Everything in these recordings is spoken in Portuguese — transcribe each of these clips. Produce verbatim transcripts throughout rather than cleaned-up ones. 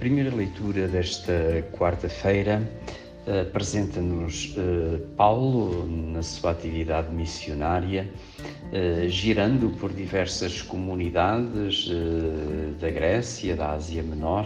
primeira leitura desta quarta-feira uh, apresenta-nos uh, Paulo na sua atividade missionária, uh, girando por diversas comunidades uh, da Grécia, da Ásia Menor,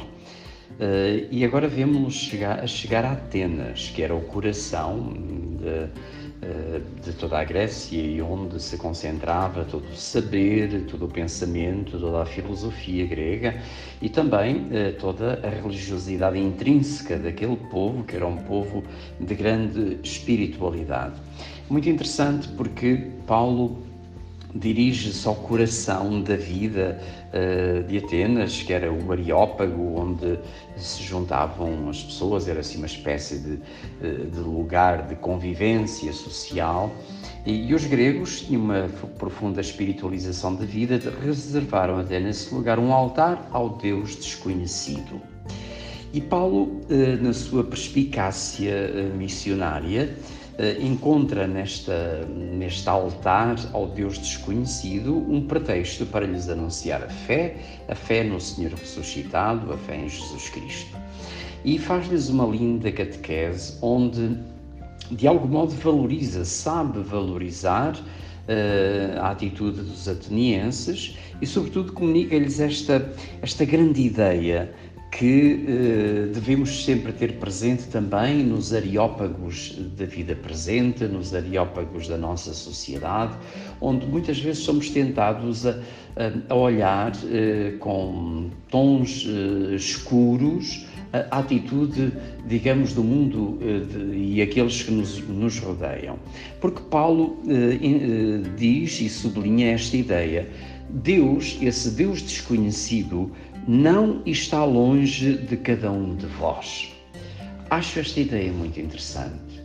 uh, e agora vemos-nos chegar, a chegar a Atenas, que era o coração de de toda a Grécia e onde se concentrava todo o saber, todo o pensamento, toda a filosofia grega e também eh, toda a religiosidade intrínseca daquele povo, que era um povo de grande espiritualidade. Muito interessante porque Paulo dirige-se ao coração da vida uh, de Atenas, que era o Areópago, onde se juntavam as pessoas, era assim uma espécie de, uh, de lugar de convivência social, e, e os gregos tinham uma profunda espiritualização da vida, reservaram até nesse lugar um altar ao Deus desconhecido. E Paulo, uh, na sua perspicácia uh, missionária, encontra nesta, neste altar ao Deus desconhecido um pretexto para lhes anunciar a fé, a fé no Senhor ressuscitado, a fé em Jesus Cristo. E faz-lhes uma linda catequese onde, de algum modo, valoriza, sabe valorizar uh, a atitude dos atenienses e, sobretudo, comunica-lhes esta, esta grande ideia que eh, devemos sempre ter presente também nos areópagos da vida presente, nos areópagos da nossa sociedade, onde muitas vezes somos tentados a, a olhar eh, com tons eh, escuros a atitude, digamos, do mundo eh, de, e aqueles que nos, nos rodeiam. Porque Paulo eh, eh, diz e sublinha esta ideia: Deus, esse Deus desconhecido, não está longe de cada um de vós. Acho esta ideia muito interessante.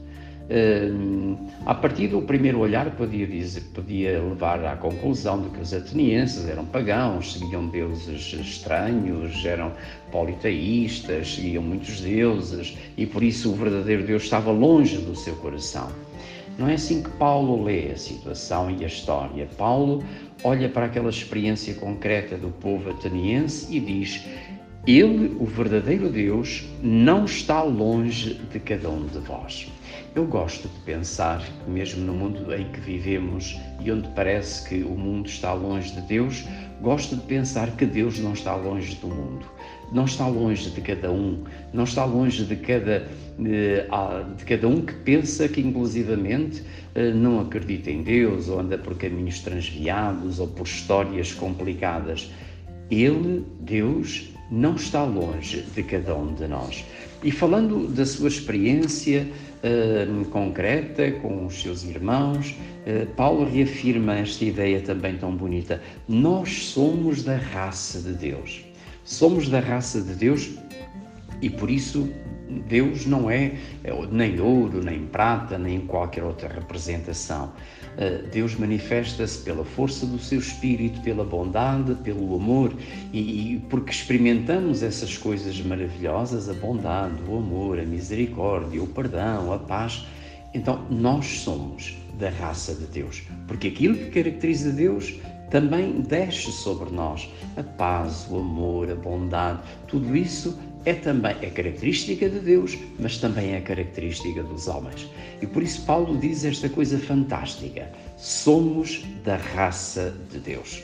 Uh, a partir do primeiro olhar podia, dizer, podia levar à conclusão de que os atenienses eram pagãos, seguiam deuses estranhos, eram politeístas, seguiam muitos deuses e por isso o verdadeiro Deus estava longe do seu coração. Não é assim que Paulo lê a situação e a história. Paulo olha para aquela experiência concreta do povo ateniense e diz: Ele, o verdadeiro Deus, não está longe de cada um de vós. Eu gosto de pensar que mesmo no mundo em que vivemos e onde parece que o mundo está longe de Deus, gosto de pensar que Deus não está longe do mundo. Não está longe de cada um, não está longe de cada, de cada um que pensa que inclusivamente não acredita em Deus ou anda por caminhos transviados ou por histórias complicadas. Ele, Deus, não está longe de cada um de nós. E falando da sua experiência uh, concreta com os seus irmãos, uh, Paulo reafirma esta ideia também tão bonita: nós somos da raça de Deus. Somos da raça de Deus e por isso Deus não é nem ouro, nem prata, nem qualquer outra representação. Deus manifesta-se pela força do seu Espírito, pela bondade, pelo amor e, e porque experimentamos essas coisas maravilhosas, a bondade, o amor, a misericórdia, o perdão, a paz. Então nós somos da raça de Deus, porque aquilo que caracteriza Deus também desce sobre nós. A paz, o amor, a bondade, tudo isso é também é característica de Deus, mas também é característica dos homens. E por isso Paulo diz esta coisa fantástica: somos da raça de Deus.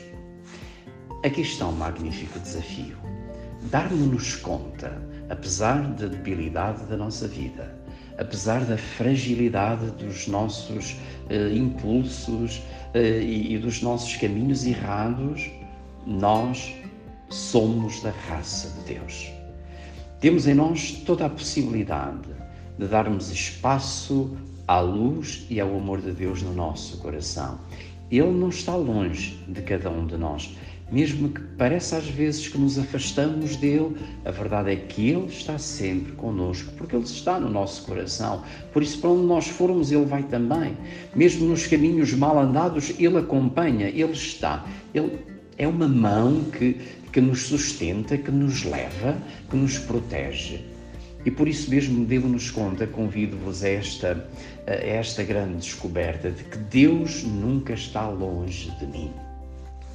Aqui está um magnífico desafio: darmos-nos conta, apesar da debilidade da nossa vida, apesar da fragilidade dos nossos uh, impulsos uh, e, e dos nossos caminhos errados, nós somos da raça de Deus. Temos em nós toda a possibilidade de darmos espaço à luz e ao amor de Deus no nosso coração. Ele não está longe de cada um de nós. Mesmo que pareça às vezes que nos afastamos dele, a verdade é que ele está sempre connosco, porque ele está no nosso coração. Por isso, para onde nós formos, ele vai também. Mesmo nos caminhos mal andados, ele acompanha, ele está. Ele é uma mão que, que nos sustenta, que nos leva, que nos protege. E por isso mesmo, demo-nos conta, convido-vos a esta, a esta grande descoberta de que Deus nunca está longe de mim.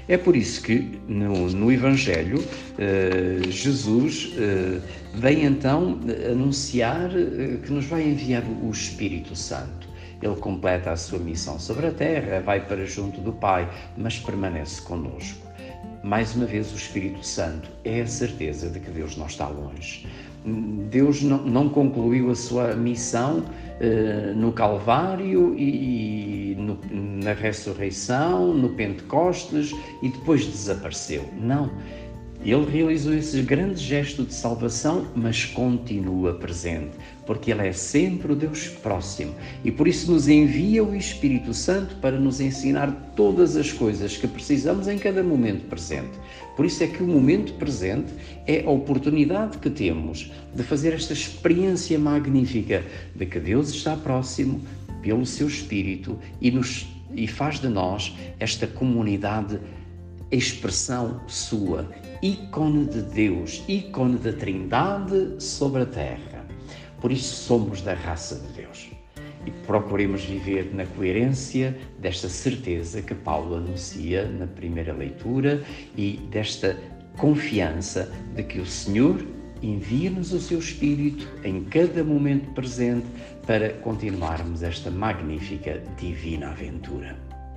É por isso que no, no Evangelho eh, Jesus eh, vem então anunciar eh, que nos vai enviar o Espírito Santo. Ele completa a sua missão sobre a terra, vai para junto do Pai, mas permanece conosco. Mais uma vez, o Espírito Santo é a certeza de que Deus não está longe. Deus não, não concluiu a sua missão uh, no Calvário e, e no, na ressurreição, no Pentecostes e depois desapareceu. Não. Ele realizou esse grande gesto de salvação, mas continua presente, porque Ele é sempre o Deus próximo e por isso nos envia o Espírito Santo para nos ensinar todas as coisas que precisamos em cada momento presente. Por isso é que o momento presente é a oportunidade que temos de fazer esta experiência magnífica de que Deus está próximo pelo seu Espírito e, nos, e faz de nós esta comunidade expressão sua, ícone de Deus, ícone da Trindade sobre a terra. Por isso somos da raça de Deus. E procuremos viver na coerência desta certeza que Paulo anuncia na primeira leitura e desta confiança de que o Senhor envia-nos o seu Espírito em cada momento presente para continuarmos esta magnífica divina aventura.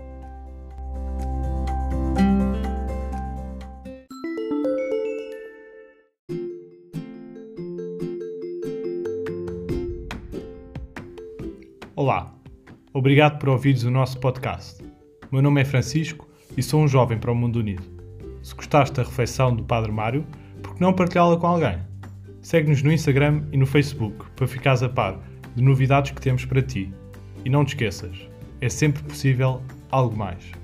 Olá, obrigado por ouvires o nosso podcast. O meu nome é Francisco e sou um jovem para o mundo unido. Se gostaste da reflexão do Padre Mário, por que não partilhá-la com alguém? Segue-nos no Instagram e no Facebook para ficares a par de novidades que temos para ti. E não te esqueças, é sempre possível algo mais.